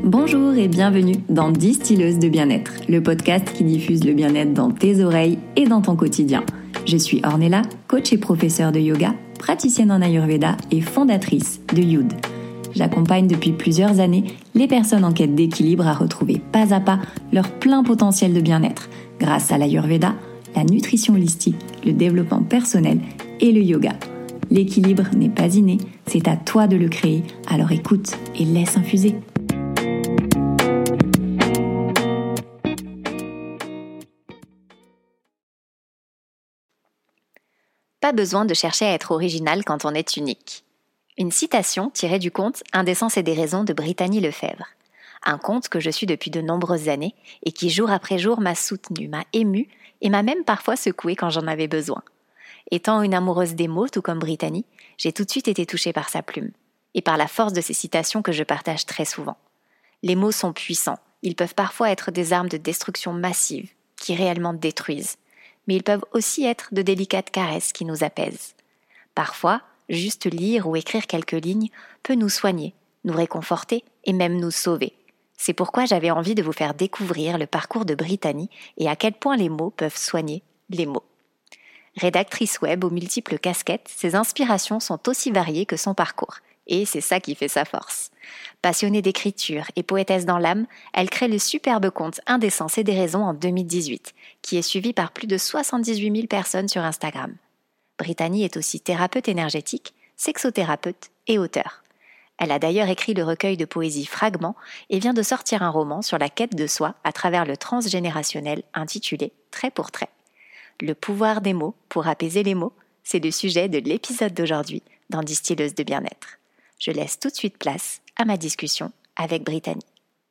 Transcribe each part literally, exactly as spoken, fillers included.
Bonjour et bienvenue dans Distilleuse de bien-être, le podcast qui diffuse le bien-être dans tes oreilles et dans ton quotidien. Je suis Ornella, coach et professeure de yoga, praticienne en Ayurveda et fondatrice de Youd. J'accompagne depuis plusieurs années les personnes en quête d'équilibre à retrouver pas à pas leur plein potentiel de bien-être grâce à l'Ayurveda, la nutrition holistique, le développement personnel et le yoga. L'équilibre n'est pas inné, c'est à toi de le créer, alors écoute et laisse infuser. Pas besoin de chercher à être original quand on est unique. Une citation tirée du conte Indécence et déraison de Brittany Lefebvre. Un conte que je suis depuis de nombreuses années et qui jour après jour m'a soutenue, m'a émue et m'a même parfois secouée quand j'en avais besoin. Étant une amoureuse des mots, tout comme Brittany, j'ai tout de suite été touchée par sa plume et par la force de ces citations que je partage très souvent. Les mots sont puissants, ils peuvent parfois être des armes de destruction massive qui réellement détruisent, mais ils peuvent aussi être de délicates caresses qui nous apaisent. Parfois, juste lire ou écrire quelques lignes peut nous soigner, nous réconforter et même nous sauver. C'est pourquoi j'avais envie de vous faire découvrir le parcours de Brittany et à quel point les mots peuvent soigner les mots. Rédactrice web aux multiples casquettes, ses inspirations sont aussi variées que son parcours. Et c'est ça qui fait sa force. Passionnée d'écriture et poétesse dans l'âme, elle crée le superbe compte Indécence et déraison en deux mille dix-huit, qui est suivi par plus de soixante-dix-huit mille personnes sur Instagram. Brittany est aussi thérapeute énergétique, sexothérapeute et auteure. Elle a d'ailleurs écrit le recueil de poésie Fragments et vient de sortir un roman sur la quête de soi à travers le transgénérationnel intitulé Trait pour trait. Le pouvoir des mots pour apaiser les mots, c'est le sujet de l'épisode d'aujourd'hui dans Distilleuse de bien-être. Je laisse tout de suite place à ma discussion avec Brittany.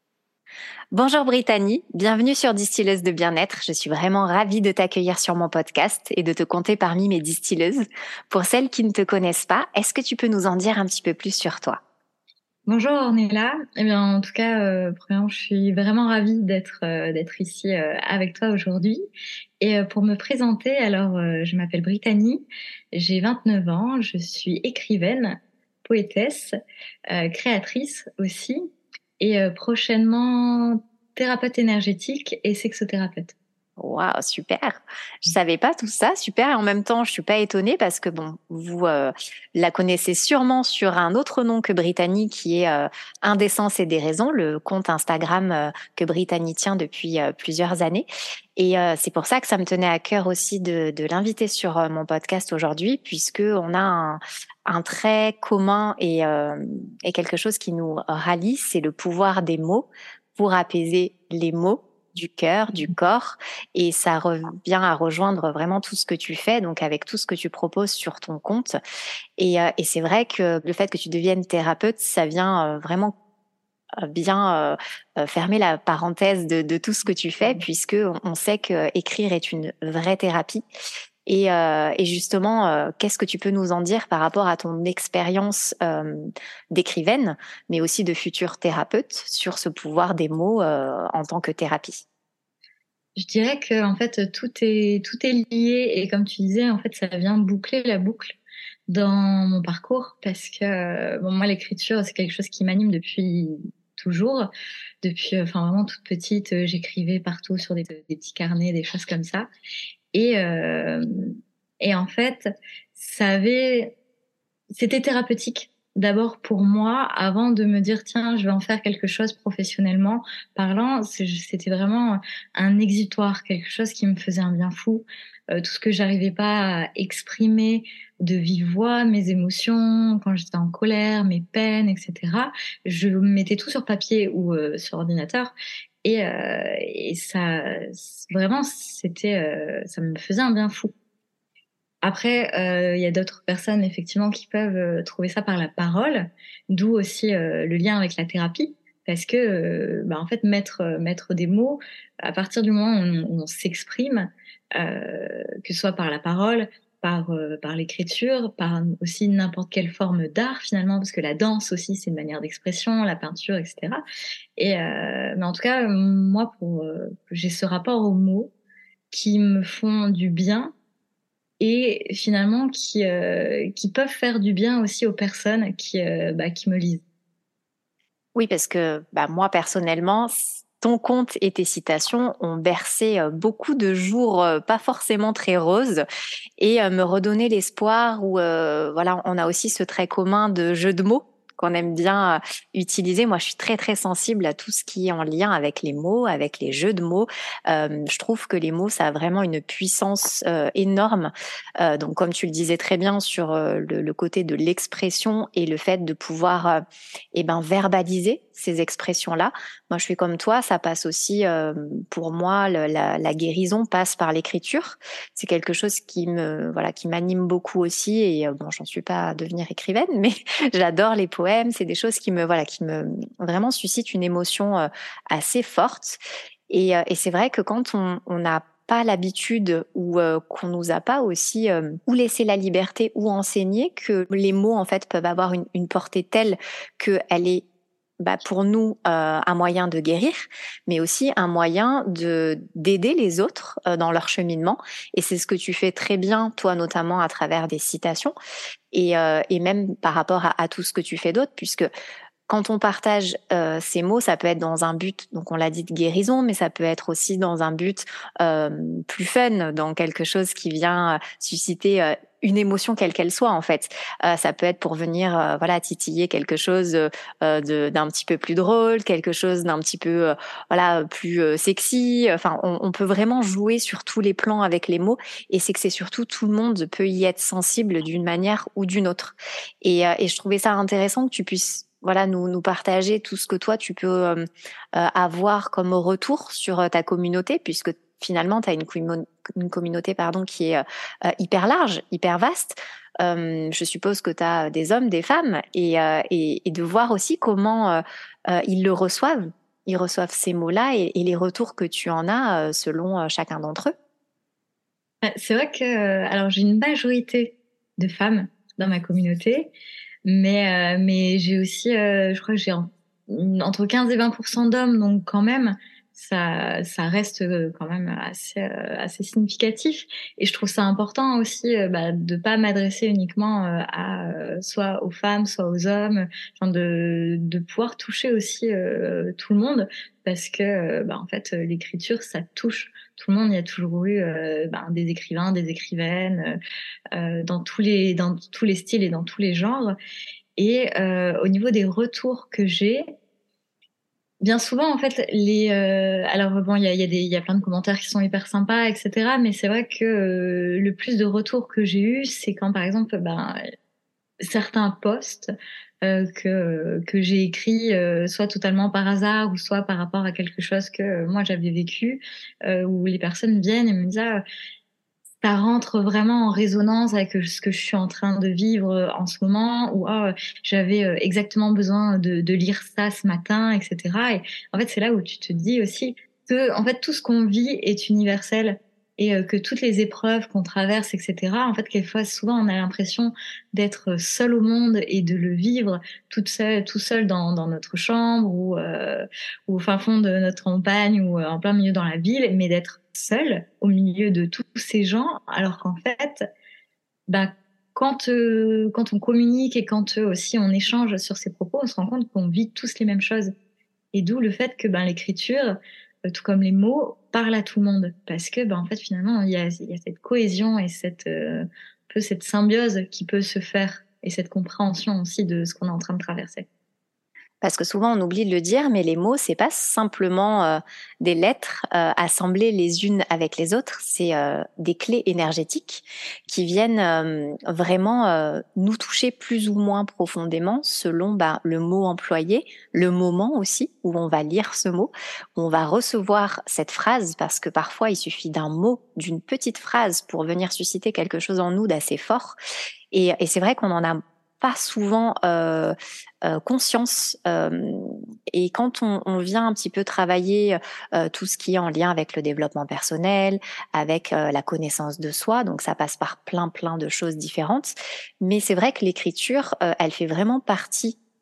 Bonjour Brittany, bienvenue sur Distilleuse de bien-être. Je suis vraiment ravie de t'accueillir sur mon podcast et de te compter parmi mes distilleuses. Pour celles qui ne te connaissent pas, est-ce que tu peux nous en dire un petit peu plus sur toi ? Bonjour Ornella. Eh bien, en tout cas, euh, premièrement, je suis vraiment ravie d'être euh, d'être ici euh, avec toi aujourd'hui. Et euh, pour me présenter, alors, euh, je m'appelle Brittany, j'ai vingt-neuf ans, je suis écrivaine, poétesse, euh, créatrice aussi, et euh, prochainement thérapeute énergétique et sexothérapeute. Waouh, super. Je savais pas tout ça, super. Et en même temps, je suis pas étonnée parce que bon, vous euh, la connaissez sûrement sur un autre nom que Brittany, qui est euh, Indécence et déraison, le compte Instagram euh, que Brittany tient depuis euh, plusieurs années. Et euh, c'est pour ça que ça me tenait à cœur aussi de, de l'inviter sur euh, mon podcast aujourd'hui, puisque on a un, un trait commun et, euh, et quelque chose qui nous rallie, c'est le pouvoir des mots pour apaiser les mots du cœur, du corps, et ça revient à rejoindre vraiment tout ce que tu fais, donc avec tout ce que tu proposes sur ton compte. Et, euh, et c'est vrai que le fait que tu deviennes thérapeute, ça vient euh, vraiment euh, bien euh, fermer la parenthèse de, de tout ce que tu fais, puisque on, on sait que écrire est une vraie thérapie. Et, euh, et justement, euh, qu'est-ce que tu peux nous en dire par rapport à ton expérience euh, d'écrivaine, mais aussi de future thérapeute, sur ce pouvoir des mots euh, en tant que thérapie ? Je dirais que en fait tout est tout est lié et comme tu disais, en fait, ça vient boucler la boucle dans mon parcours parce que bon, moi l'écriture c'est quelque chose qui m'anime depuis toujours, depuis enfin vraiment toute petite, euh, j'écrivais partout sur des, des petits carnets, des choses comme ça et euh, et en fait ça avait c'était thérapeutique d'abord pour moi avant de me dire tiens je vais en faire quelque chose professionnellement parlant. C'était vraiment un exutoire, quelque chose qui me faisait un bien fou. Euh, tout ce que j'arrivais pas à exprimer de vive voix, mes émotions quand j'étais en colère, mes peines, etc., je mettais tout sur papier ou euh, sur ordinateur et, euh, et ça vraiment c'était euh, ça me faisait un bien fou. Après, euh, il y a d'autres personnes effectivement qui peuvent euh, trouver ça par la parole, d'où aussi euh, le lien avec la thérapie, parce que euh, bah, en fait mettre euh, mettre des mots à partir du moment où on, où on s'exprime, euh, que ce soit par la parole, par euh, par l'écriture, par aussi n'importe quelle forme d'art finalement, parce que la danse aussi c'est une manière d'expression, la peinture, et cetera. Et euh, mais en tout cas, moi pour euh, j'ai ce rapport aux mots qui me font du bien et finalement qui euh, qui peuvent faire du bien aussi aux personnes qui euh, bah, qui me lisent. Oui, parce que bah, moi, personnellement, ton compte et tes citations ont bercé euh, beaucoup de jours euh, pas forcément très roses et euh, me redonner l'espoir où euh, voilà, on a aussi ce trait commun de jeu de mots qu'on aime bien euh, utiliser. Moi, je suis très très sensible à tout ce qui est en lien avec les mots, avec les jeux de mots. Euh, je trouve que les mots, ça a vraiment une puissance euh, énorme. Euh, donc, comme tu le disais très bien sur euh, le, le côté de l'expression et le fait de pouvoir euh, eh ben verbaliser ces expressions-là. Moi, je suis comme toi, ça passe aussi euh, pour moi. Le, la, la guérison passe par l'écriture. C'est quelque chose qui me voilà qui m'anime beaucoup aussi. Et euh, bon, j'en suis pas à devenir écrivaine, mais j'adore les poèmes. C'est des choses qui me voilà qui me vraiment suscitent une émotion euh, assez forte. Et, euh, et c'est vrai que quand on on n'a pas l'habitude ou euh, qu'on nous a pas aussi euh, ou laissé la liberté ou enseigné que les mots en fait peuvent avoir une, une portée telle que elle est bah, pour nous euh, un moyen de guérir, mais aussi un moyen de d'aider les autres euh, dans leur cheminement. Et c'est ce que tu fais très bien, toi notamment à travers des citations et, euh, et même par rapport à, à tout ce que tu fais d'autre, puisque quand on partage euh, ces mots, ça peut être dans un but, donc on l'a dit de guérison, mais ça peut être aussi dans un but euh, plus fun, dans quelque chose qui vient euh, susciter euh, une émotion quelle qu'elle soit en fait. Euh, ça peut être pour venir euh, voilà titiller quelque chose euh, de, d'un petit peu plus drôle, quelque chose d'un petit peu euh, voilà plus euh, sexy. Enfin, on, on peut vraiment jouer sur tous les plans avec les mots, et c'est que c'est surtout tout le monde peut y être sensible d'une manière ou d'une autre. Et, euh, et je trouvais ça intéressant que tu puisses voilà, nous, nous partager tout ce que toi, tu peux euh, euh, avoir comme retour sur euh, ta communauté, puisque finalement, tu as une, une communauté pardon, qui est euh, hyper large, hyper vaste. Euh, je suppose que tu as des hommes, des femmes, et, euh, et, et de voir aussi comment euh, euh, ils le reçoivent. Ils reçoivent ces mots-là et, et les retours que tu en as euh, selon euh, chacun d'entre eux. C'est vrai que euh, alors j'ai une majorité de femmes dans ma communauté. Mais, euh, mais j'ai aussi, euh, je crois que j'ai en- entre quinze et vingt pour cent d'hommes, donc quand même, ça, ça reste euh, quand même assez, euh, assez significatif. Et je trouve ça important aussi euh, bah, de pas m'adresser uniquement euh, à euh, soit aux femmes, soit aux hommes, enfin de, de pouvoir toucher aussi euh, tout le monde, parce que euh, bah, en fait, l'écriture, ça touche tout le monde. Il y a toujours eu euh, bah, des écrivains, des écrivaines euh, dans tous les dans tous les styles et dans tous les genres. Et euh, au niveau des retours que j'ai, bien souvent, en fait, les euh, alors bon, il y a, il y a des il y a plein de commentaires qui sont hyper sympas, et cetera. Mais c'est vrai que euh, le plus de retours que j'ai eu, c'est quand, par exemple, ben certains posts euh, que que j'ai écrits, euh, soit totalement par hasard ou soit par rapport à quelque chose que euh, moi j'avais vécu, euh, où les personnes viennent et me disent ah, ça rentre vraiment en résonance avec ce que je suis en train de vivre euh, en ce moment, ou ah, j'avais euh, exactement besoin de, de lire ça ce matin, et cetera. Et en fait, c'est là où tu te dis aussi que en fait tout ce qu'on vit est universel et euh, que toutes les épreuves qu'on traverse, et cetera. En fait, quelquefois, souvent, on a l'impression d'être seul au monde et de le vivre toute seule, tout seul dans, dans notre chambre ou, euh, ou au fin fond de notre campagne ou euh, en plein milieu dans la ville, mais d'être seul au milieu de tous ces gens, alors qu'en fait, bah, quand, euh, quand on communique et quand euh, aussi on échange sur ces propos, on se rend compte qu'on vit tous les mêmes choses. Et d'où le fait que ben, l'écriture, euh, tout comme les mots, parle à tout le monde. Parce que ben, en fait, finalement, il y a, il y a cette cohésion et cette, euh, un peu cette symbiose qui peut se faire et cette compréhension aussi de ce qu'on est en train de traverser. Parce que souvent on oublie de le dire, mais les mots, c'est pas simplement euh, des lettres euh, assemblées les unes avec les autres, c'est euh, des clés énergétiques qui viennent euh, vraiment euh, nous toucher plus ou moins profondément selon bah, le mot employé, le moment aussi où on va lire ce mot, où on va recevoir cette phrase, parce que parfois il suffit d'un mot, d'une petite phrase pour venir susciter quelque chose en nous d'assez fort. Et, et c'est vrai qu'on en a pas souvent euh, euh, conscience. Euh, et quand on, on vient un petit peu travailler euh, tout ce qui est en lien avec le développement personnel, avec euh, la connaissance de soi, donc ça passe par plein plein de choses différentes. Mais c'est vrai que l'écriture, euh, elle fait vraiment partie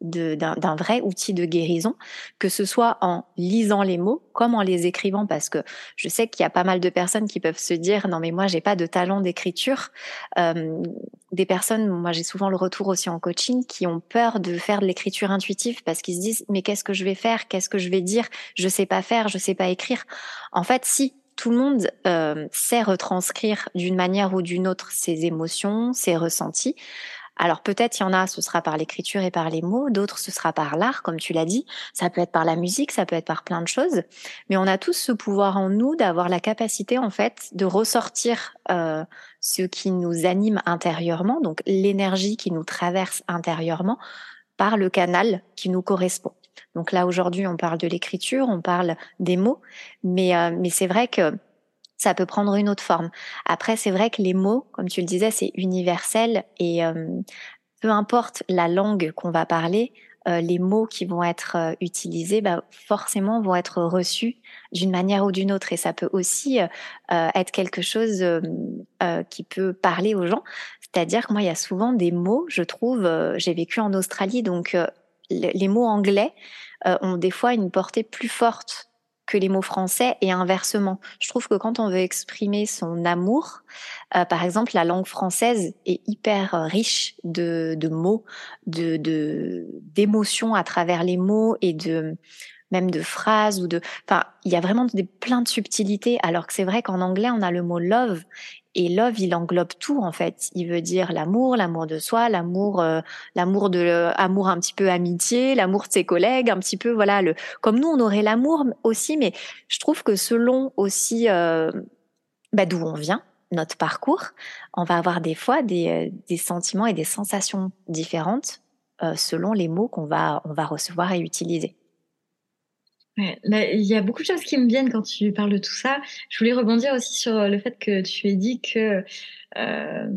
de, d'un, d'un vrai outil de guérison, que ce soit en lisant les mots comme en les écrivant, parce que je sais qu'il y a pas mal de personnes qui peuvent se dire non mais moi j'ai pas de talent d'écriture. Euh, des personnes, moi j'ai souvent le retour aussi en coaching, qui ont peur de faire de l'écriture intuitive parce qu'ils se disent mais qu'est-ce que je vais faire, qu'est-ce que je vais dire, je sais pas faire, je sais pas écrire. En fait, si tout le monde euh, sait retranscrire d'une manière ou d'une autre ses émotions, ses ressentis. Alors peut-être il y en a, ce sera par l'écriture et par les mots, d'autres ce sera par l'art, comme tu l'as dit, ça peut être par la musique, ça peut être par plein de choses, mais on a tous ce pouvoir en nous d'avoir la capacité en fait de ressortir euh, ce qui nous anime intérieurement, donc l'énergie qui nous traverse intérieurement, par le canal qui nous correspond. Donc là aujourd'hui on parle de l'écriture, on parle des mots, mais, euh, mais c'est vrai que ça peut prendre une autre forme. Après, c'est vrai que les mots, comme tu le disais, c'est universel et euh, peu importe la langue qu'on va parler, euh, les mots qui vont être euh, utilisés, bah, forcément vont être reçus d'une manière ou d'une autre. Et ça peut aussi euh, euh, être quelque chose euh, euh, qui peut parler aux gens. C'est-à-dire que moi, il y a souvent des mots, je trouve, euh, j'ai vécu en Australie, donc euh, les mots anglais euh, ont des fois une portée plus forte que les mots français et inversement. Je trouve que quand on veut exprimer son amour, euh, par exemple, la langue française est hyper riche de, de mots, de, de, d'émotions à travers les mots et de même de phrases ou de, enfin, il y a vraiment des, plein de subtilités. Alors que c'est vrai qu'en anglais, on a le mot love. Et love, il englobe tout en fait. Il veut dire l'amour, l'amour de soi, l'amour, euh, l'amour de, euh, amour un petit peu amitié, l'amour de ses collègues, un petit peu voilà. Le, comme nous, on aurait l'amour aussi, mais je trouve que selon aussi euh, bah, d'où on vient, notre parcours, on va avoir des fois des, euh, des sentiments et des sensations différentes euh, selon les mots qu'on va, on va recevoir et utiliser. Ouais, là, il y a beaucoup de choses qui me viennent quand tu parles de tout ça. Je voulais rebondir aussi sur le fait que tu aies dit que euh,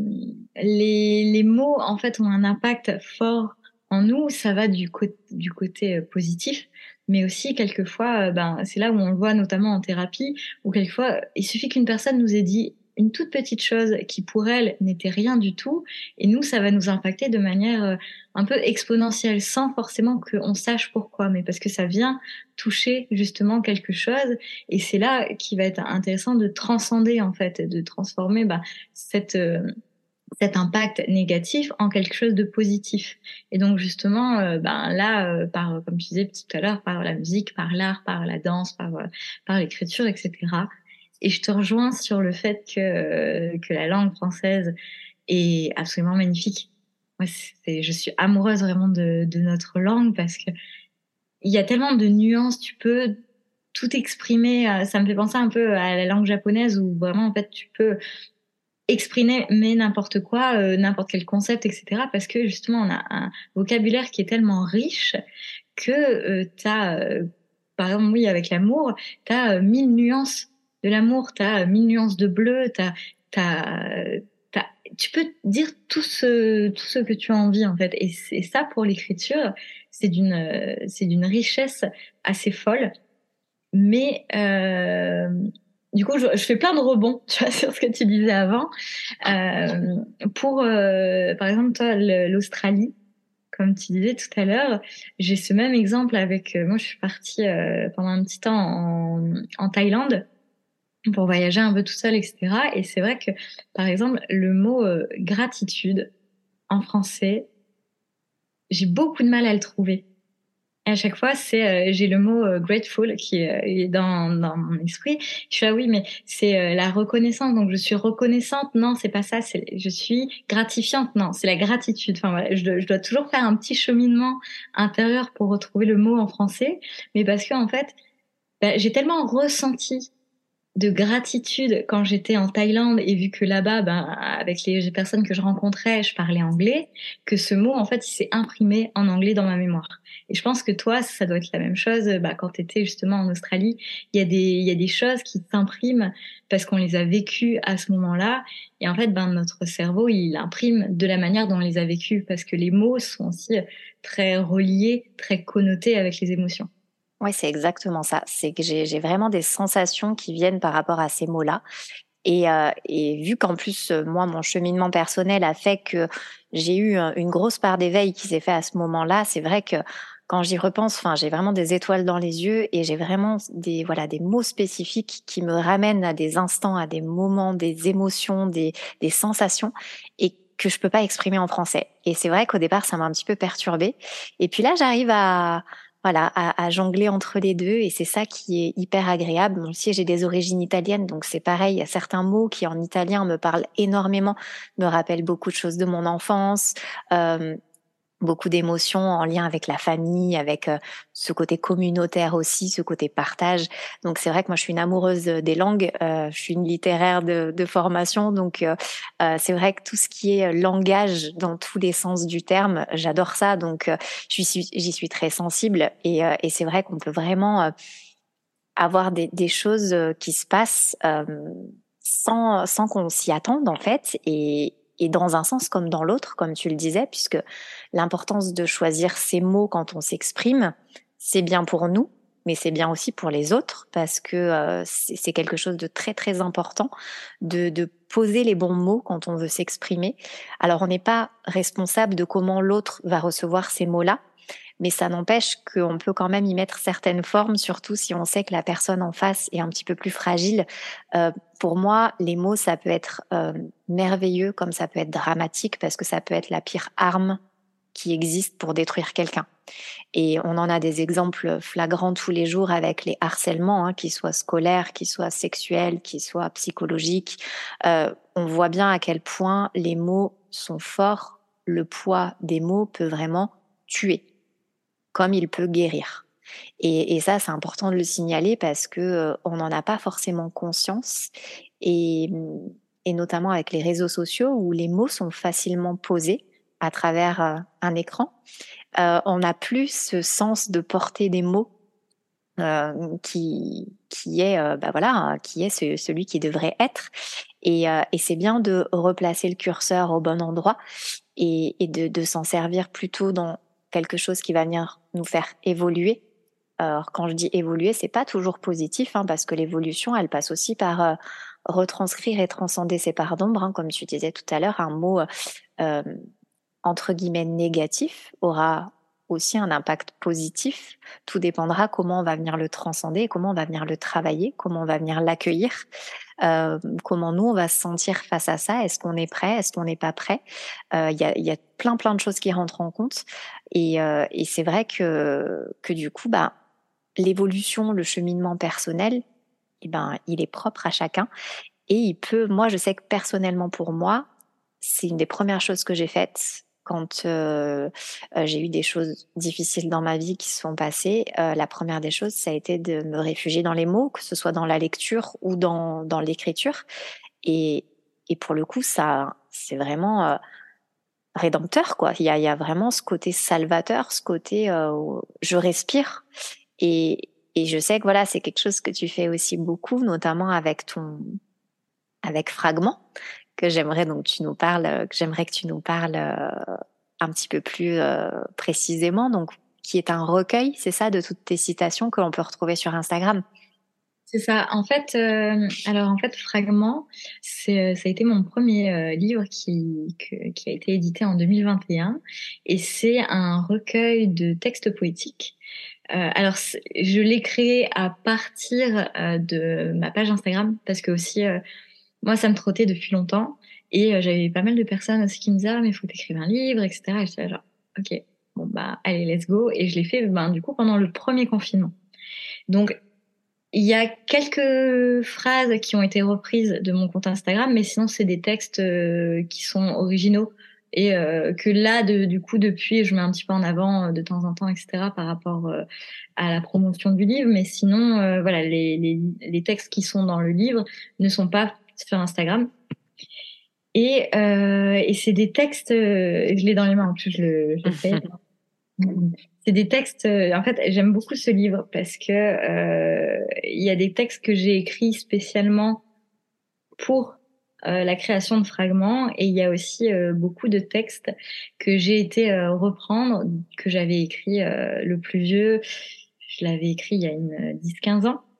les, les mots, en fait, ont un impact fort en nous. Ça va du, co- du côté euh, positif, mais aussi quelquefois, euh, ben, c'est là où on le voit notamment en thérapie, où quelquefois, il suffit qu'une personne nous ait dit une toute petite chose qui pour elle n'était rien du tout, et nous, ça va nous impacter de manière euh, un peu exponentielle, sans forcément qu'on sache pourquoi, mais parce que ça vient toucher justement quelque chose, et c'est là qu'il va être intéressant de transcender en fait, de transformer bah, cette euh, cet impact négatif en quelque chose de positif. Et donc justement, euh, ben là, euh, par comme tu disais tout à l'heure, par la musique, par l'art, par la danse, par euh, par l'écriture, et cetera. Et je te rejoins sur le fait que euh, que la langue française est absolument magnifique. Moi, c'est, je suis amoureuse vraiment de, de notre langue parce que il y a tellement de nuances, tu peux tout exprimer. euh, Ça me fait penser un peu à la langue japonaise où vraiment, en fait, tu peux exprimer mais n'importe quoi, euh, n'importe quel concept, et cetera. Parce que justement, on a un vocabulaire qui est tellement riche que euh, t'as, euh, par exemple, oui, avec l'amour, t'as euh, mille nuances de l'amour, t'as euh, mille nuances de bleu, t'as, t'as, euh, t'as, tu peux dire tout ce, tout ce que tu as envie en fait. Et c'est ça pour l'écriture, c'est d'une, euh, c'est d'une richesse assez folle. Mais euh, du coup, je, je fais plein de rebonds, tu vois, sur ce que tu disais avant. Euh, pour, euh, par exemple, toi, le- l'Australie, comme tu disais tout à l'heure, j'ai ce même exemple avec. euh, moi, je suis partie euh, pendant un petit temps en, en Thaïlande pour voyager un peu tout seul, et cetera. Et c'est vrai que, par exemple, le mot euh, gratitude en français, j'ai beaucoup de mal à le trouver. Et à chaque fois, c'est euh, j'ai le mot euh, grateful qui euh, est dans, dans mon esprit. Je suis ah oui, mais c'est euh, la reconnaissance. Donc je suis reconnaissante. Non, c'est pas ça. C'est je suis gratifiante. Non, c'est la gratitude. Enfin voilà, je dois, je dois toujours faire un petit cheminement intérieur pour retrouver le mot en français. Mais parce que en fait, bah, j'ai tellement ressenti de gratitude quand j'étais en Thaïlande et vu que là-bas, ben, avec les personnes que je rencontrais, je parlais anglais, que ce mot, en fait, il s'est imprimé en anglais dans ma mémoire. Et je pense que toi, ça doit être la même chose. Bah, quand tu étais justement en Australie, il y a des, il y a des choses qui s'impriment parce qu'on les a vécues à ce moment-là. Et en fait, ben, notre cerveau, il imprime de la manière dont on les a vécues parce que les mots sont aussi très reliés, très connotés avec les émotions. Oui, c'est exactement ça. C'est que j'ai, j'ai vraiment des sensations qui viennent par rapport à ces mots-là. Et, euh, et vu qu'en plus, euh, moi, mon cheminement personnel a fait que j'ai eu un, une grosse part d'éveil qui s'est fait à ce moment-là, c'est vrai que quand j'y repense, enfin, j'ai vraiment des étoiles dans les yeux et j'ai vraiment des, voilà, des mots spécifiques qui me ramènent à des instants, à des moments, des émotions, des, des sensations et que je peux pas exprimer en français. Et c'est vrai qu'au départ, ça m'a un petit peu perturbée. Et puis là, j'arrive à, voilà, à, à jongler entre les deux et c'est ça qui est hyper agréable. Bon, si j'ai des origines italiennes, donc c'est pareil, il y a certains mots qui en italien me parlent énormément, me rappellent beaucoup de choses de mon enfance. Euh, Beaucoup d'émotions en lien avec la famille, avec euh, ce côté communautaire aussi, ce côté partage. Donc c'est vrai que moi je suis une amoureuse des langues, euh, je suis une littéraire de, de formation, donc euh, euh, c'est vrai que tout ce qui est langage dans tous les sens du terme, j'adore ça. Donc euh, j'y suis, j'y suis très sensible et, euh, et c'est vrai qu'on peut vraiment euh, avoir des, des choses euh, qui se passent euh, sans, sans qu'on s'y attende en fait et, et dans un sens comme dans l'autre, comme tu le disais, puisque l'importance de choisir ses mots quand on s'exprime, c'est bien pour nous, mais c'est bien aussi pour les autres parce que euh, c'est, c'est quelque chose de très très important de, de poser les bons mots quand on veut s'exprimer. Alors on n'est pas responsable de comment l'autre va recevoir ces mots-là, mais ça n'empêche qu'on peut quand même y mettre certaines formes, surtout si on sait que la personne en face est un petit peu plus fragile. Euh, pour moi, les mots, ça peut être euh, merveilleux comme ça peut être dramatique parce que ça peut être la pire arme qui existe pour détruire quelqu'un. Et on en a des exemples flagrants tous les jours avec les harcèlements, hein, qu'ils soient scolaires, qu'ils soient sexuels, qu'ils soient psychologiques. Euh, on voit bien à quel point les mots sont forts. Le poids des mots peut vraiment tuer comme il peut guérir. Et, et ça, c'est important de le signaler parce que euh, on n'en a pas forcément conscience et, et notamment avec les réseaux sociaux où les mots sont facilement posés à travers euh, un écran. Euh, on n'a plus ce sens de porter des mots euh, qui qui est euh, bah voilà qui est ce, celui qui devrait être et, euh, et c'est bien de replacer le curseur au bon endroit et, et de, de s'en servir plutôt dans quelque chose qui va venir nous faire évoluer. Alors quand je dis évoluer, c'est pas toujours positif hein, parce que l'évolution elle passe aussi par euh, retranscrire et transcender ses parts d'ombre hein, comme tu disais tout à l'heure un mot euh, entre guillemets négatif aura aussi un impact positif. Tout dépendra comment on va venir le transcender, comment on va venir le travailler, comment on va venir l'accueillir, euh, comment nous on va se sentir face à ça. Est-ce qu'on est prêt, est-ce qu'on n'est pas prêt? Il euh, y, a, y a plein plein de choses qui rentrent en compte et, euh, et c'est vrai que que du coup bah l'évolution, le cheminement personnel, eh ben il est propre à chacun et il peut. Moi je sais que personnellement pour moi c'est une des premières choses que j'ai faites quand euh, euh, j'ai eu des choses difficiles dans ma vie qui se sont passées. Euh, la première des choses, ça a été de me réfugier dans les mots, que ce soit dans la lecture ou dans, dans l'écriture. Et, et pour le coup, ça, c'est vraiment euh, rédempteur, quoi. Il y a, il y a vraiment ce côté salvateur, ce côté euh, où je respire. Et, et je sais que voilà, c'est quelque chose que tu fais aussi beaucoup, notamment avec ton, avec Fragment, que j'aimerais donc tu nous parles, que j'aimerais que tu nous parles euh, un petit peu plus euh, précisément. Donc, qui est un recueil, c'est ça, de toutes tes citations que l'on peut retrouver sur Instagram. C'est ça. En fait, euh, alors en fait, Fragment, c'est, ça a été mon premier euh, livre qui, que- qui a été édité en deux mille vingt et un, et c'est un recueil de textes poétiques. Euh, alors, c'est- je l'ai créé à partir euh, de ma page Instagram parce que aussi, euh, moi, ça me trottait depuis longtemps et euh, j'avais pas mal de personnes aussi qui me disaient, ah, mais il faut que t'écrives un livre, et cetera. Et j'étais là, genre, ok, bon bah, allez, let's go. Et je l'ai fait, ben, du coup, pendant le premier confinement. Donc, il y a quelques phrases qui ont été reprises de mon compte Instagram, mais sinon c'est des textes euh, qui sont originaux et euh, que là, de, du coup, depuis, je mets un petit peu en avant euh, de temps en temps, et cetera, par rapport euh, à la promotion du livre. Mais sinon, euh, voilà, les, les, les textes qui sont dans le livre ne sont pas sur Instagram. Et, euh, et c'est des textes, euh, je l'ai dans les mains, en plus je le, je le fais. C'est des textes. euh, En fait, j'aime beaucoup ce livre parce que euh, il y a des textes que j'ai écrits spécialement pour euh, la création de fragments et il y a aussi euh, beaucoup de textes que j'ai été euh, reprendre, que j'avais écrit euh, le plus vieux. Je l'avais écrit il y a une dix quinze ans.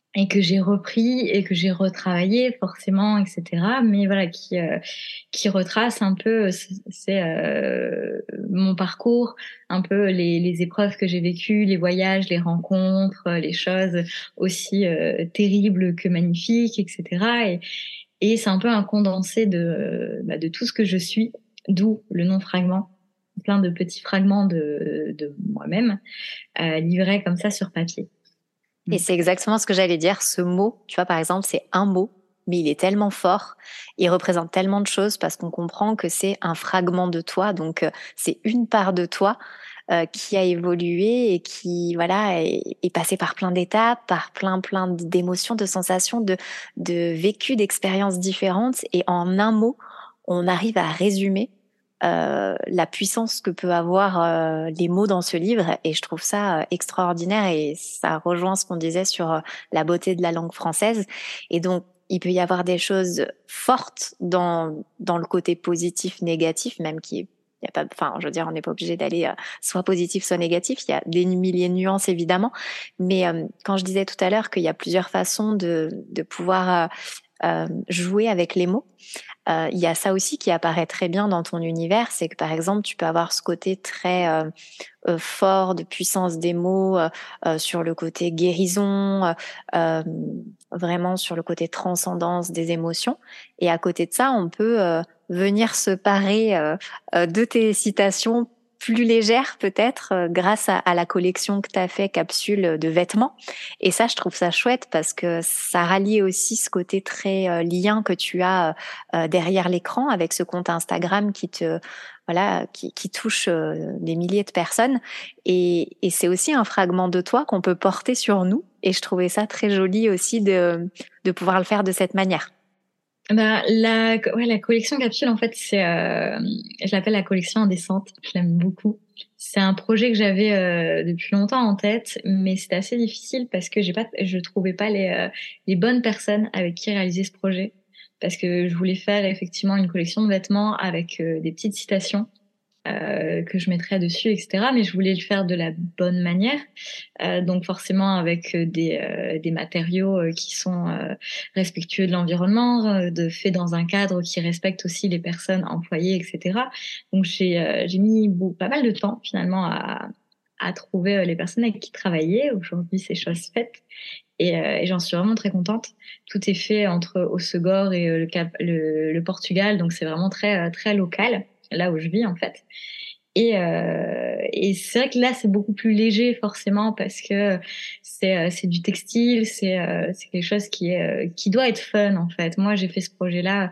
et que j'ai repris et que j'ai retravaillé forcément, et cetera. Mais voilà, qui euh, qui retrace un peu c'est euh, mon parcours, un peu les les épreuves que j'ai vécues, les voyages, les rencontres, les choses aussi euh, terribles que magnifiques, et cetera. Et et c'est un peu un condensé de bah, de tout ce que je suis, d'où le nom Fragment, plein de petits fragments de de moi-même euh, livrés comme ça sur papier. Et c'est exactement ce que j'allais dire. Ce mot, tu vois, par exemple, c'est un mot, mais il est tellement fort, il représente tellement de choses parce qu'on comprend que c'est un fragment de toi. Donc, euh, c'est une part de toi euh, qui a évolué et qui, voilà, est, est passé par plein d'étapes, par plein, plein d'émotions, de sensations, de, de vécus, d'expériences différentes. Et en un mot, on arrive à résumer euh, la puissance que peut avoir euh, les mots dans ce livre, et je trouve ça euh, extraordinaire, et ça rejoint ce qu'on disait sur euh, la beauté de la langue française. Et donc il peut y avoir des choses fortes dans dans le côté positif, négatif, même qui il y a pas, enfin, je veux dire, on n'est pas obligé d'aller euh, soit positif, soit négatif. Il y a des milliers de nuances, évidemment. Mais euh, quand je disais tout à l'heure qu'il y a plusieurs façons de, de pouvoir euh, euh, jouer avec les mots, euh, il y a ça aussi qui apparaît très bien dans ton univers, c'est que par exemple, tu peux avoir ce côté très euh, euh, fort de puissance des mots euh, euh, sur le côté guérison, euh, euh, vraiment sur le côté transcendance des émotions. Et à côté de ça, on peut euh, venir se parer euh, euh, de tes citations plus légères peut-être euh, grâce à, à la collection que tu as fait capsule de vêtements. Et ça, je trouve ça chouette parce que ça rallie aussi ce côté très euh, lien que tu as euh, derrière l'écran avec ce compte Instagram qui te voilà, qui, qui touche euh, des milliers de personnes. Et, et c'est aussi un fragment de toi qu'on peut porter sur nous. Et je trouvais ça très joli aussi de, de pouvoir le faire de cette manière. Bah, la, ouais, la collection capsule, en fait, c'est, euh, je l'appelle la collection indécente. Je l'aime beaucoup. C'est un projet que j'avais euh, depuis longtemps en tête, mais c'était assez difficile parce que j'ai pas, je trouvais pas les, euh, les bonnes personnes avec qui réaliser ce projet. Parce que je voulais faire effectivement une collection de vêtements avec euh, des petites citations euh, que je mettrais dessus, et cetera. Mais je voulais le faire de la bonne manière, euh, donc forcément avec euh, des, euh, des matériaux euh, qui sont euh, respectueux de l'environnement, euh, de fait dans un cadre qui respecte aussi les personnes employées, et cetera. Donc j'ai euh, j'ai mis beau, pas mal de temps finalement à à trouver euh, les personnes avec qui travailler. Aujourd'hui, c'est chose faite. Et, euh, et j'en suis vraiment très contente. Tout est fait entre Hossegor et euh, le, Cap, le, le Portugal, donc c'est vraiment très euh, très local, là où je vis en fait. Et, euh, et c'est vrai que là, c'est beaucoup plus léger forcément parce que c'est euh, c'est du textile, c'est euh, c'est quelque chose qui est euh, qui doit être fun en fait. Moi, j'ai fait ce projet-là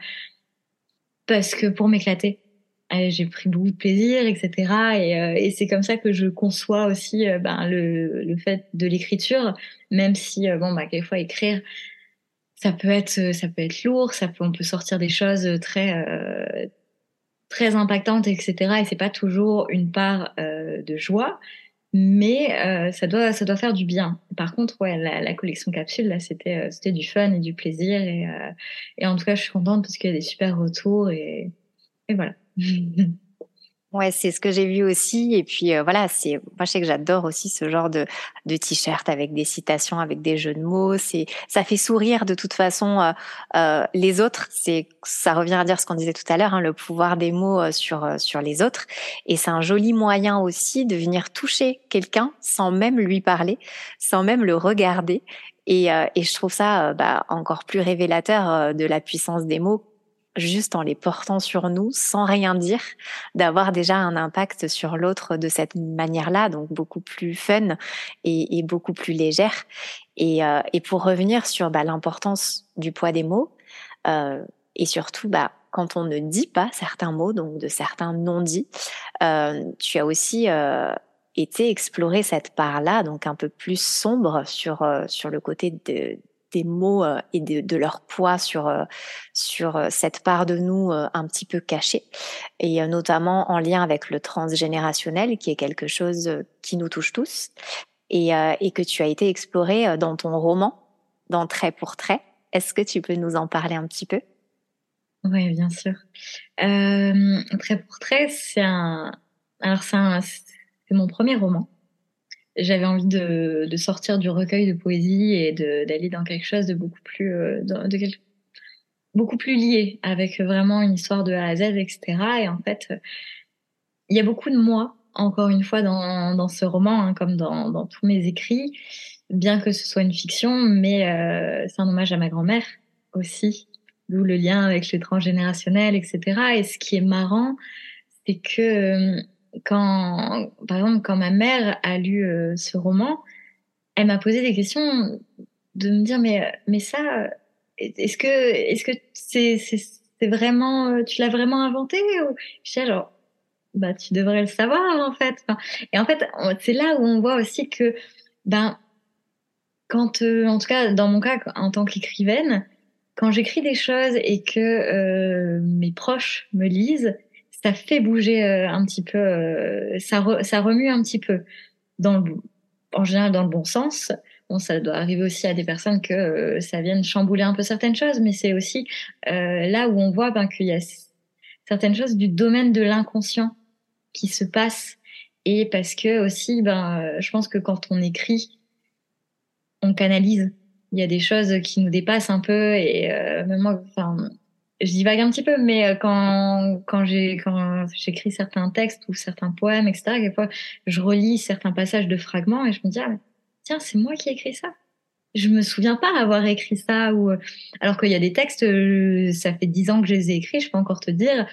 parce que pour m'éclater. Et j'ai pris beaucoup de plaisir, et cetera. Et, euh, et c'est comme ça que je conçois aussi euh, ben, le, le fait de l'écriture, même si euh, bon bah quelquefois écrire ça peut être euh, ça peut être lourd, ça peut on peut sortir des choses très euh, très impactantes, et cetera. Et c'est pas toujours une part euh, de joie, mais euh, ça doit ça doit faire du bien. Par contre, ouais, la, la collection capsule là, c'était euh, c'était du fun et du plaisir et euh, et en tout cas, je suis contente parce qu'il y a des super retours et et voilà. Ouais, c'est ce que j'ai vu aussi. Et puis euh, voilà, c'est moi je sais que j'adore aussi ce genre de de t-shirt avec des citations, avec des jeux de mots. C'est ça fait sourire de toute façon euh, euh, les autres. C'est ça revient à dire ce qu'on disait tout à l'heure, hein, le pouvoir des mots euh, sur euh, sur les autres. Et c'est un joli moyen aussi de venir toucher quelqu'un sans même lui parler, sans même le regarder. Et euh, et je trouve ça euh, bah, encore plus révélateur euh, de la puissance des mots, juste en les portant sur nous sans rien dire, d'avoir déjà un impact sur l'autre de cette manière-là, donc beaucoup plus fun et, et beaucoup plus légère. Et, euh, et pour revenir sur bah, l'importance du poids des mots, euh, et surtout bah, quand on ne dit pas certains mots, donc de certains non-dits, euh, tu as aussi euh, été explorer cette part-là, donc un peu plus sombre sur, euh, sur le côté de des mots euh, et de, de leur poids sur euh, sur euh, cette part de nous euh, un petit peu cachée, et euh, notamment en lien avec le transgénérationnel qui est quelque chose euh, qui nous touche tous, et, euh, et que tu as été explorer euh, dans ton roman, dans Trait pour Trait. Est-ce que tu peux nous en parler un petit peu? Ouais, bien sûr. Euh, Trait pour trait, c'est un alors c'est un c'est mon premier roman. j'avais envie de, de sortir du recueil de poésie et de, d'aller dans quelque chose de beaucoup plus, euh, de, de quel- beaucoup plus lié, avec vraiment une histoire de A à Z, et cetera. Et en fait, il y a beaucoup de moi, encore une fois, dans, dans ce roman, hein, comme dans, dans tous mes écrits, bien que ce soit une fiction, mais euh, c'est un hommage à ma grand-mère aussi, d'où le lien avec le transgénérationnel, et cetera. Et ce qui est marrant, c'est que euh, quand, par exemple, quand ma mère a lu euh, ce roman, elle m'a posé des questions de me dire, mais, mais ça, est-ce que, est-ce que c'est, c'est, c'est vraiment, euh, tu l'as vraiment inventé ou... Je sais, genre, bah, tu devrais le savoir, en fait. Enfin, et en fait, on- c'est là où on voit aussi que, ben, quand, euh, en tout cas, dans mon cas, en tant qu'écrivaine, quand j'écris des choses et que euh, mes proches me lisent, ça fait bouger euh, un petit peu, euh, ça, re- ça remue un petit peu, dans le, en général dans le bon sens. Bon, ça doit arriver aussi à des personnes que euh, ça vienne chambouler un peu certaines choses, mais c'est aussi euh, là où on voit ben, qu'il y a c- certaines choses du domaine de l'inconscient qui se passent. Et parce que aussi, ben, euh, je pense que quand on écrit, on canalise. Il y a des choses qui nous dépassent un peu et euh, même moi, enfin, je divague un petit peu, mais euh, quand quand j'ai quand j'écris certains textes ou certains poèmes, et cetera, quelquefois, je relis certains passages de fragments et je me dis ah, tiens, c'est moi qui ai écrit ça. Je me souviens pas avoir écrit ça ou euh, alors qu'il y a des textes, euh, ça fait dix ans que je les ai écrits, je peux encore te dire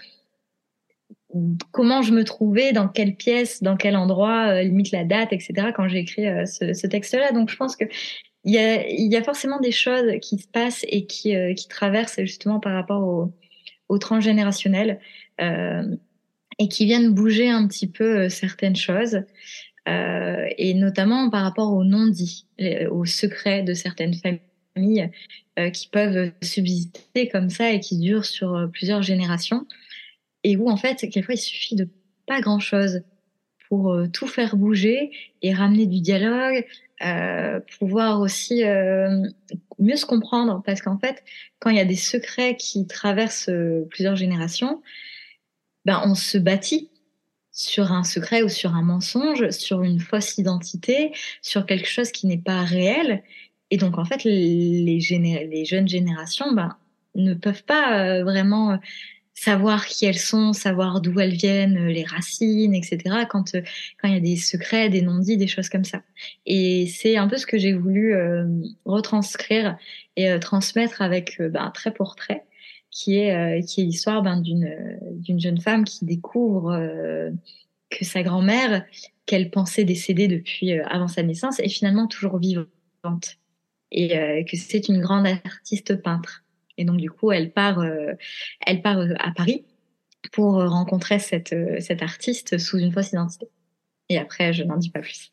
comment je me trouvais, dans quelle pièce, dans quel endroit, euh, limite la date, et cetera, quand j'ai écrit euh, ce, ce texte-là. Donc je pense que il y a, il y a forcément des choses qui se passent et qui, euh, qui traversent justement par rapport au, au transgénérationnel euh, et qui viennent bouger un petit peu euh, certaines choses. Euh, et notamment par rapport aux non-dits, euh, aux secrets de certaines familles euh, qui peuvent subsister comme ça et qui durent sur euh, plusieurs générations et où en fait, quelquefois, il suffit de pas grand-chose pour euh, tout faire bouger et ramener du dialogue, euh, pouvoir aussi euh, mieux se comprendre. Parce qu'en fait, quand il y a des secrets qui traversent euh, plusieurs générations, ben, on se bâtit sur un secret ou sur un mensonge, sur une fausse identité, sur quelque chose qui n'est pas réel. Et donc, en fait, les, géné- les jeunes générations ben, ne peuvent pas euh, vraiment savoir qui elles sont, savoir d'où elles viennent, euh, les racines, et cetera. Quand euh, quand il y a des secrets, des non-dits, des choses comme ça. Et c'est un peu ce que j'ai voulu euh, retranscrire et euh, transmettre avec euh, ben, un trait pour trait, qui est euh, qui est l'histoire ben, d'une euh, d'une jeune femme qui découvre euh, que sa grand-mère, qu'elle pensait décédée depuis euh, avant sa naissance, est finalement toujours vivante et euh, que c'est une grande artiste peintre. Et donc du coup, elle part, euh, elle part euh, à Paris pour euh, rencontrer cette, euh, cette artiste sous une fausse identité. Et après, je n'en dis pas plus.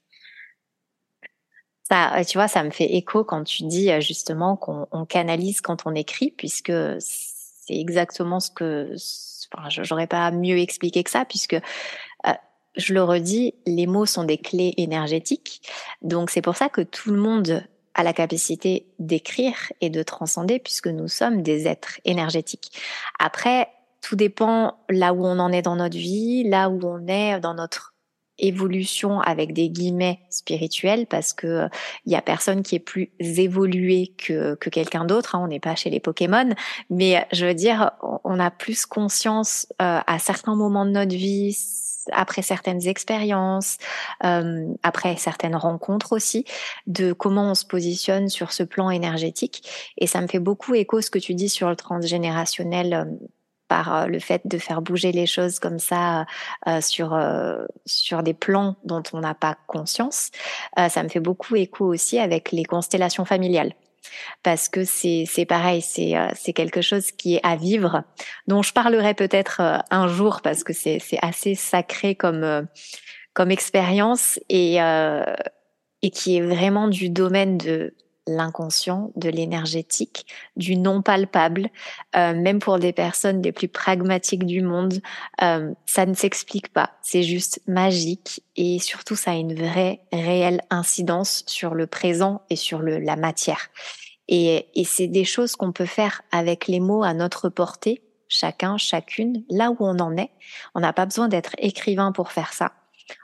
Ça, euh, tu vois, ça me fait écho quand tu dis euh, justement qu'on on canalise quand on écrit, puisque c'est exactement ce que, enfin, je- j'aurais pas mieux expliqué que ça, puisque euh, je le redis, les mots sont des clés énergétiques. Donc c'est pour ça que tout le monde a la capacité d'écrire et de transcender, puisque nous sommes des êtres énergétiques. Après, tout dépend là où on en est dans notre vie, là où on est dans notre évolution avec des guillemets spirituels, parce que euh, il y a personne qui est plus évolué que que quelqu'un d'autre, hein, on n'est pas chez les Pokémon, mais euh, je veux dire, on on a plus conscience euh, à certains moments de notre vie, après certaines expériences, euh, après certaines rencontres aussi, de comment on se positionne sur ce plan énergétique. Et ça me fait beaucoup écho ce que tu dis sur le transgénérationnel. Euh, par euh, le fait de faire bouger les choses comme ça euh, sur euh, sur des plans dont on n'a pas conscience. Euh, ça me fait beaucoup écho aussi avec les constellations familiales, parce que c'est c'est pareil, c'est euh, c'est quelque chose qui est à vivre, dont je parlerai peut-être euh, un jour, parce que c'est c'est assez sacré comme euh, comme expérience, et euh, et qui est vraiment du domaine de l'inconscient, de l'énergétique, du non palpable, euh, même pour des personnes les plus pragmatiques du monde, euh, ça ne s'explique pas, c'est juste magique, et surtout ça a une vraie, réelle incidence sur le présent et sur le, la matière. Et, et c'est des choses qu'on peut faire avec les mots à notre portée, chacun, chacune, là où on en est. On n'a pas besoin d'être écrivain pour faire ça.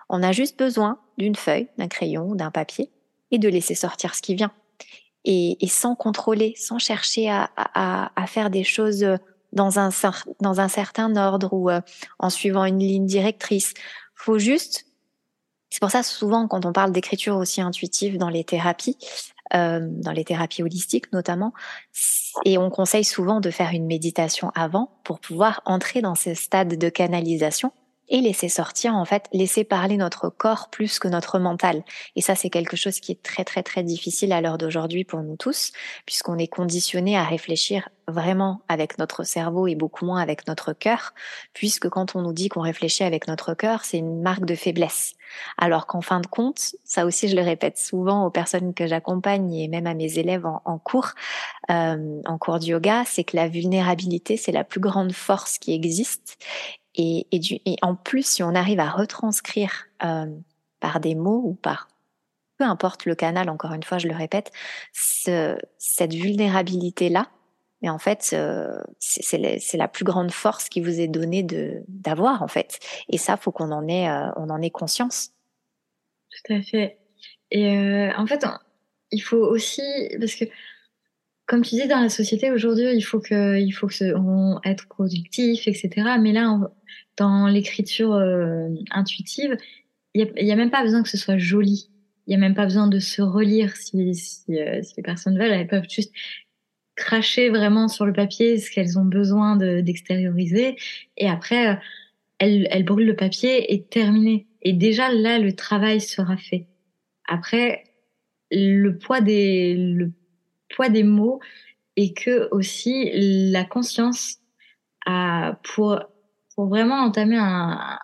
On a juste besoin d'une feuille, d'un crayon, d'un papier et de laisser sortir ce qui vient. Et, et sans contrôler, sans chercher à, à, à faire des choses dans un, dans un certain ordre ou euh, en suivant une ligne directrice. Faut juste... C'est pour ça souvent quand on parle d'écriture aussi intuitive dans les thérapies, euh, dans les thérapies holistiques notamment, et on conseille souvent de faire une méditation avant pour pouvoir entrer dans ce stade de canalisation et laisser sortir, en fait, laisser parler notre corps plus que notre mental. Et ça, c'est quelque chose qui est très, très, très difficile à l'heure d'aujourd'hui pour nous tous, puisqu'on est conditionné à réfléchir vraiment avec notre cerveau et beaucoup moins avec notre cœur, puisque quand on nous dit qu'on réfléchit avec notre cœur, c'est une marque de faiblesse. Alors qu'en fin de compte, ça aussi, je le répète souvent aux personnes que j'accompagne et même à mes élèves en, en cours, euh, en cours de yoga, c'est que la vulnérabilité, c'est la plus grande force qui existe. Et, et, du, et en plus, si on arrive à retranscrire euh, par des mots ou par peu importe le canal, encore une fois, je le répète, ce, cette vulnérabilité-là, mais en fait, euh, c'est, c'est, la, c'est la plus grande force qui vous est donnée de, d'avoir, en fait. Et ça, faut qu'on en ait, euh, on en ait conscience. Tout à fait. Et euh, en fait, il faut aussi, parce que comme tu dis, dans la société aujourd'hui, il faut que, il faut que ce, on, être productif, et cetera. Mais là, on, dans l'écriture euh, intuitive, il y a, y a même pas besoin que ce soit joli. Il y a même pas besoin de se relire si, si, euh, si les personnes veulent. Elles peuvent juste cracher vraiment sur le papier ce qu'elles ont besoin de, d'extérioriser. Et après, euh, elles, elles brûlent le papier et terminé. Et déjà, là, le travail sera fait. Après, le poids des, le poids des mots et que aussi la conscience a, pour, pour vraiment entamer un,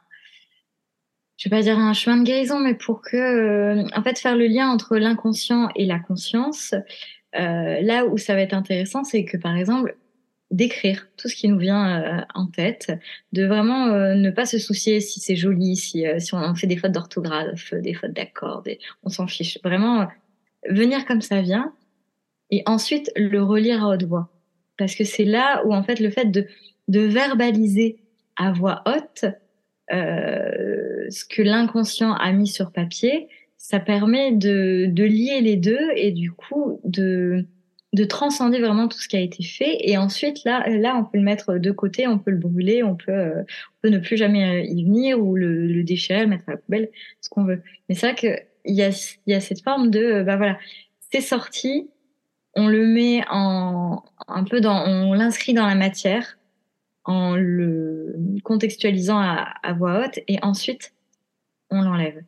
je vais pas dire un chemin de guérison, mais pour que, euh, en fait, faire le lien entre l'inconscient et la conscience, euh, là où ça va être intéressant, c'est que, par exemple, d'écrire tout ce qui nous vient euh, en tête, de vraiment euh, ne pas se soucier si c'est joli, si, euh, si on fait des fautes d'orthographe, des fautes d'accords, des... on s'en fiche. Vraiment, euh, venir comme ça vient et ensuite le relire à haute voix. Parce que c'est là où, en fait, le fait de, de verbaliser à voix haute euh, ce que l'inconscient a mis sur papier, ça permet de, de lier les deux et du coup de, de transcender vraiment tout ce qui a été fait. Et ensuite, là, là, on peut le mettre de côté, on peut le brûler, on peut, euh, on peut ne plus jamais y venir ou le, le déchirer, le mettre à la poubelle, ce qu'on veut. Mais c'est vrai qu'il y a, il y a cette forme de, bah voilà, c'est sorti, on le met en, un peu dans, on l'inscrit dans la matière en le contextualisant à, à voix haute et ensuite on l'enlève.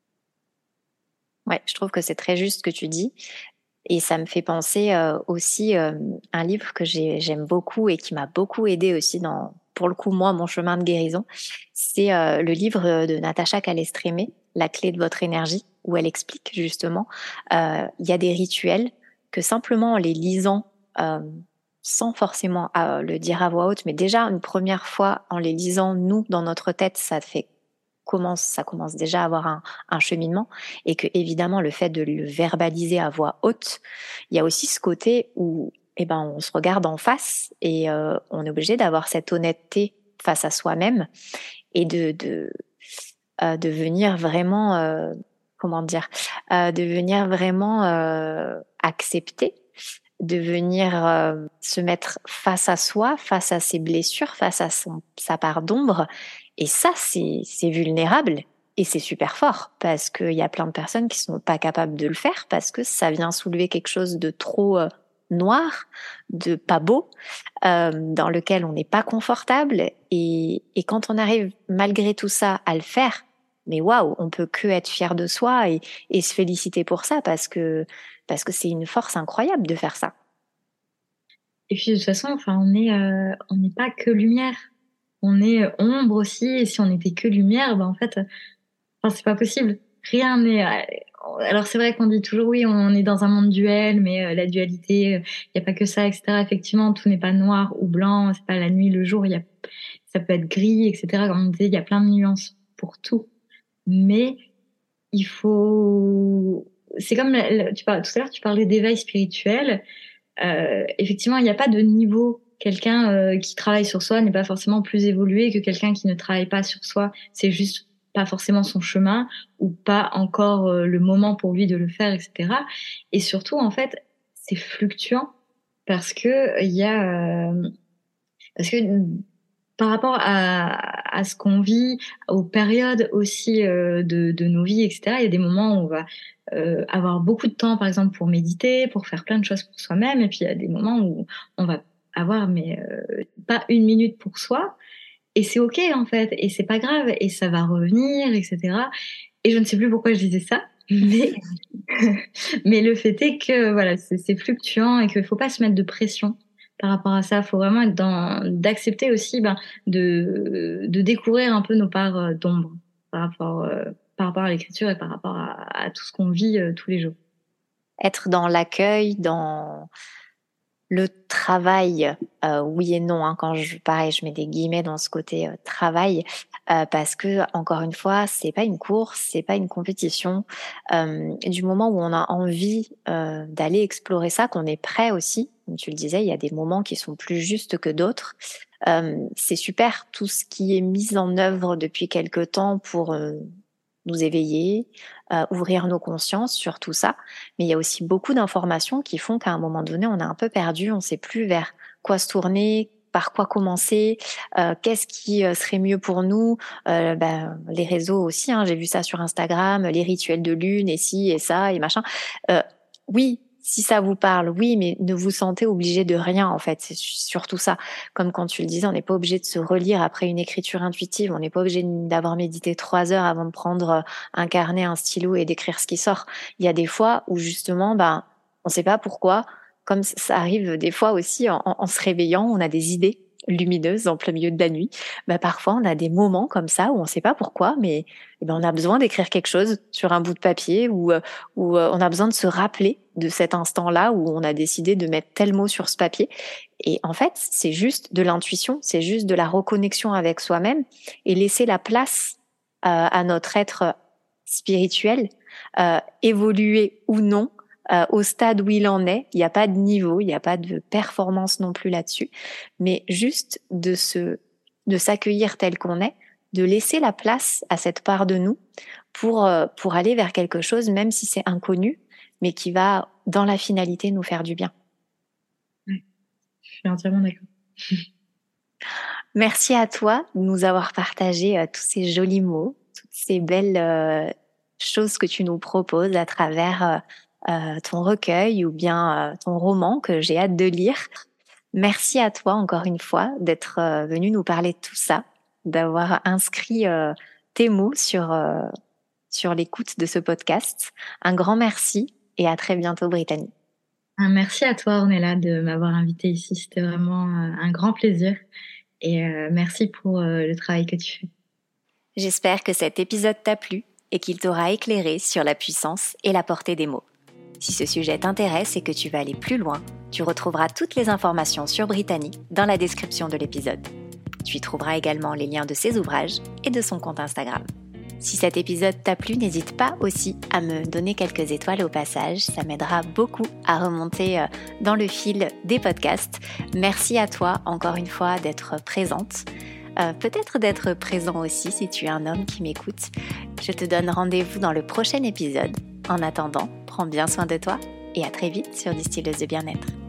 Ouais, je trouve que c'est très juste ce que tu dis. Et ça me fait penser euh, aussi euh, un livre que j'ai, j'aime beaucoup et qui m'a beaucoup aidé aussi dans, pour le coup, moi, mon chemin de guérison. C'est euh, le livre de Natacha Calestrémé, La clé de votre énergie, où elle explique justement, euh, il y a des rituels que simplement en les lisant, euh, sans forcément euh, le dire à voix haute, mais déjà une première fois en les lisant, nous, dans notre tête, ça fait commence, ça commence déjà à avoir un, un cheminement et que évidemment le fait de le verbaliser à voix haute, il y a aussi ce côté où eh ben, on se regarde en face et euh, on est obligé d'avoir cette honnêteté face à soi-même et de, de, euh, de venir vraiment, euh, comment dire, euh, de venir vraiment euh, accepter, de venir euh, se mettre face à soi, face à ses blessures, face à son, sa part d'ombre. Et ça, c'est, c'est vulnérable et c'est super fort parce qu'il y a plein de personnes qui sont pas capables de le faire parce que ça vient soulever quelque chose de trop euh, noir, de pas beau, euh, dans lequel on n'est pas confortable. Et, et quand on arrive malgré tout ça à le faire, mais waouh, on peut que être fier de soi et, et se féliciter pour ça parce que parce que c'est une force incroyable de faire ça. Et puis de toute façon, enfin, on est, euh, on n'est pas que lumière, on est euh, ombre aussi. Et si on n'était que lumière, ben en fait, euh, enfin, c'est pas possible. Rien n'est. euh, Alors c'est vrai qu'on dit toujours oui, on est dans un monde duel, mais euh, la dualité, il n'y a pas que ça, et cetera. Effectivement, tout n'est pas noir ou blanc, c'est pas la nuit, le jour. Il y a, ça peut être gris, et cetera. Comme on disait, il y a plein de nuances pour tout. Mais il faut. C'est comme tu parles, tout à l'heure, tu parlais d'éveil spirituel. Euh, effectivement, il n'y a pas de niveau. Quelqu'un euh, qui travaille sur soi n'est pas forcément plus évolué que quelqu'un qui ne travaille pas sur soi. C'est juste pas forcément son chemin ou pas encore euh, le moment pour lui de le faire, et cetera. Et surtout, en fait, c'est fluctuant parce que il y a euh, parce que par rapport à, à ce qu'on vit, aux périodes aussi euh, de, de nos vies, et cetera, il y a des moments où on va euh, avoir beaucoup de temps, par exemple, pour méditer, pour faire plein de choses pour soi-même. Et puis, il y a des moments où on va avoir mais euh, pas une minute pour soi. Et c'est OK, en fait. Et c'est pas grave. Et ça va revenir, et cetera. Et je ne sais plus pourquoi je disais ça. Mais, mais le fait est que voilà, c'est, c'est fluctuant et qu'il faut pas se mettre de pression par rapport à ça. Il faut vraiment être dans, d'accepter aussi ben, de, de découvrir un peu nos parts d'ombre par rapport, euh, par rapport à l'écriture et par rapport à, à tout ce qu'on vit euh, tous les jours. Être dans l'accueil, dans le travail, euh, oui et non, hein, quand je, pareil, je mets des guillemets dans ce côté euh, travail, euh, parce que, encore une fois, c'est pas une course, c'est pas une compétition. Euh, du moment où on a envie euh, d'aller explorer ça, qu'on est prêt aussi, comme tu le disais, il y a des moments qui sont plus justes que d'autres. Euh, c'est super tout ce qui est mis en œuvre depuis quelque temps pour euh, nous éveiller, euh, ouvrir nos consciences sur tout ça. Mais il y a aussi beaucoup d'informations qui font qu'à un moment donné, on est un peu perdu, on ne sait plus vers quoi se tourner, par quoi commencer, euh, qu'est-ce qui serait mieux pour nous. Euh, ben, les réseaux aussi, hein, j'ai vu ça sur Instagram, les rituels de lune et ci et ça et machin. Euh, oui, si ça vous parle, oui, mais ne vous sentez obligé de rien, en fait. C'est surtout ça. Comme quand tu le disais, on n'est pas obligé de se relire après une écriture intuitive. On n'est pas obligé d'avoir médité trois heures avant de prendre un carnet, un stylo et d'écrire ce qui sort. Il y a des fois où, justement, ben, on ne sait pas pourquoi. Comme ça arrive des fois aussi, en, en se réveillant, on a des idées lumineuses en plein milieu de la nuit. Ben, parfois, on a des moments comme ça où on ne sait pas pourquoi, mais eh ben, on a besoin d'écrire quelque chose sur un bout de papier ou, ou euh, on a besoin de se rappeler de cet instant-là où on a décidé de mettre tel mot sur ce papier. Et en fait, c'est juste de l'intuition, c'est juste de la reconnexion avec soi-même et laisser la place euh, à notre être spirituel, euh, évoluer ou non, Euh, au stade où il en est. Il n'y a pas de niveau, il n'y a pas de performance non plus là-dessus, mais juste de se, de s'accueillir tel qu'on est, de laisser la place à cette part de nous pour, euh, pour aller vers quelque chose, même si c'est inconnu, mais qui va, dans la finalité, nous faire du bien. Ouais, je suis entièrement d'accord. Merci à toi de nous avoir partagé euh, tous ces jolis mots, toutes ces belles euh, choses que tu nous proposes à travers euh, Euh, ton recueil ou bien euh, ton roman que j'ai hâte de lire. Merci à toi encore une fois d'être euh, venu nous parler de tout ça, d'avoir inscrit euh, tes mots sur, euh, sur l'écoute de ce podcast. Un grand merci et à très bientôt, Brittany. Merci à toi, Ornella, de m'avoir invitée ici. C'était vraiment un grand plaisir et euh, merci pour euh, le travail que tu fais. J'espère que cet épisode t'a plu et qu'il t'aura éclairé sur la puissance et la portée des mots. Si ce sujet t'intéresse et que tu veux aller plus loin, tu retrouveras toutes les informations sur Brittany dans la description de l'épisode. Tu y trouveras également les liens de ses ouvrages et de son compte Instagram. Si cet épisode t'a plu, n'hésite pas aussi à me donner quelques étoiles au passage, ça m'aidera beaucoup à remonter dans le fil des podcasts. Merci à toi encore une fois d'être présente. Euh, peut-être d'être présent aussi si tu es un homme qui m'écoute. Je te donne rendez-vous dans le prochain épisode. En attendant, prends bien soin de toi et à très vite sur Distilleuse de bien-être.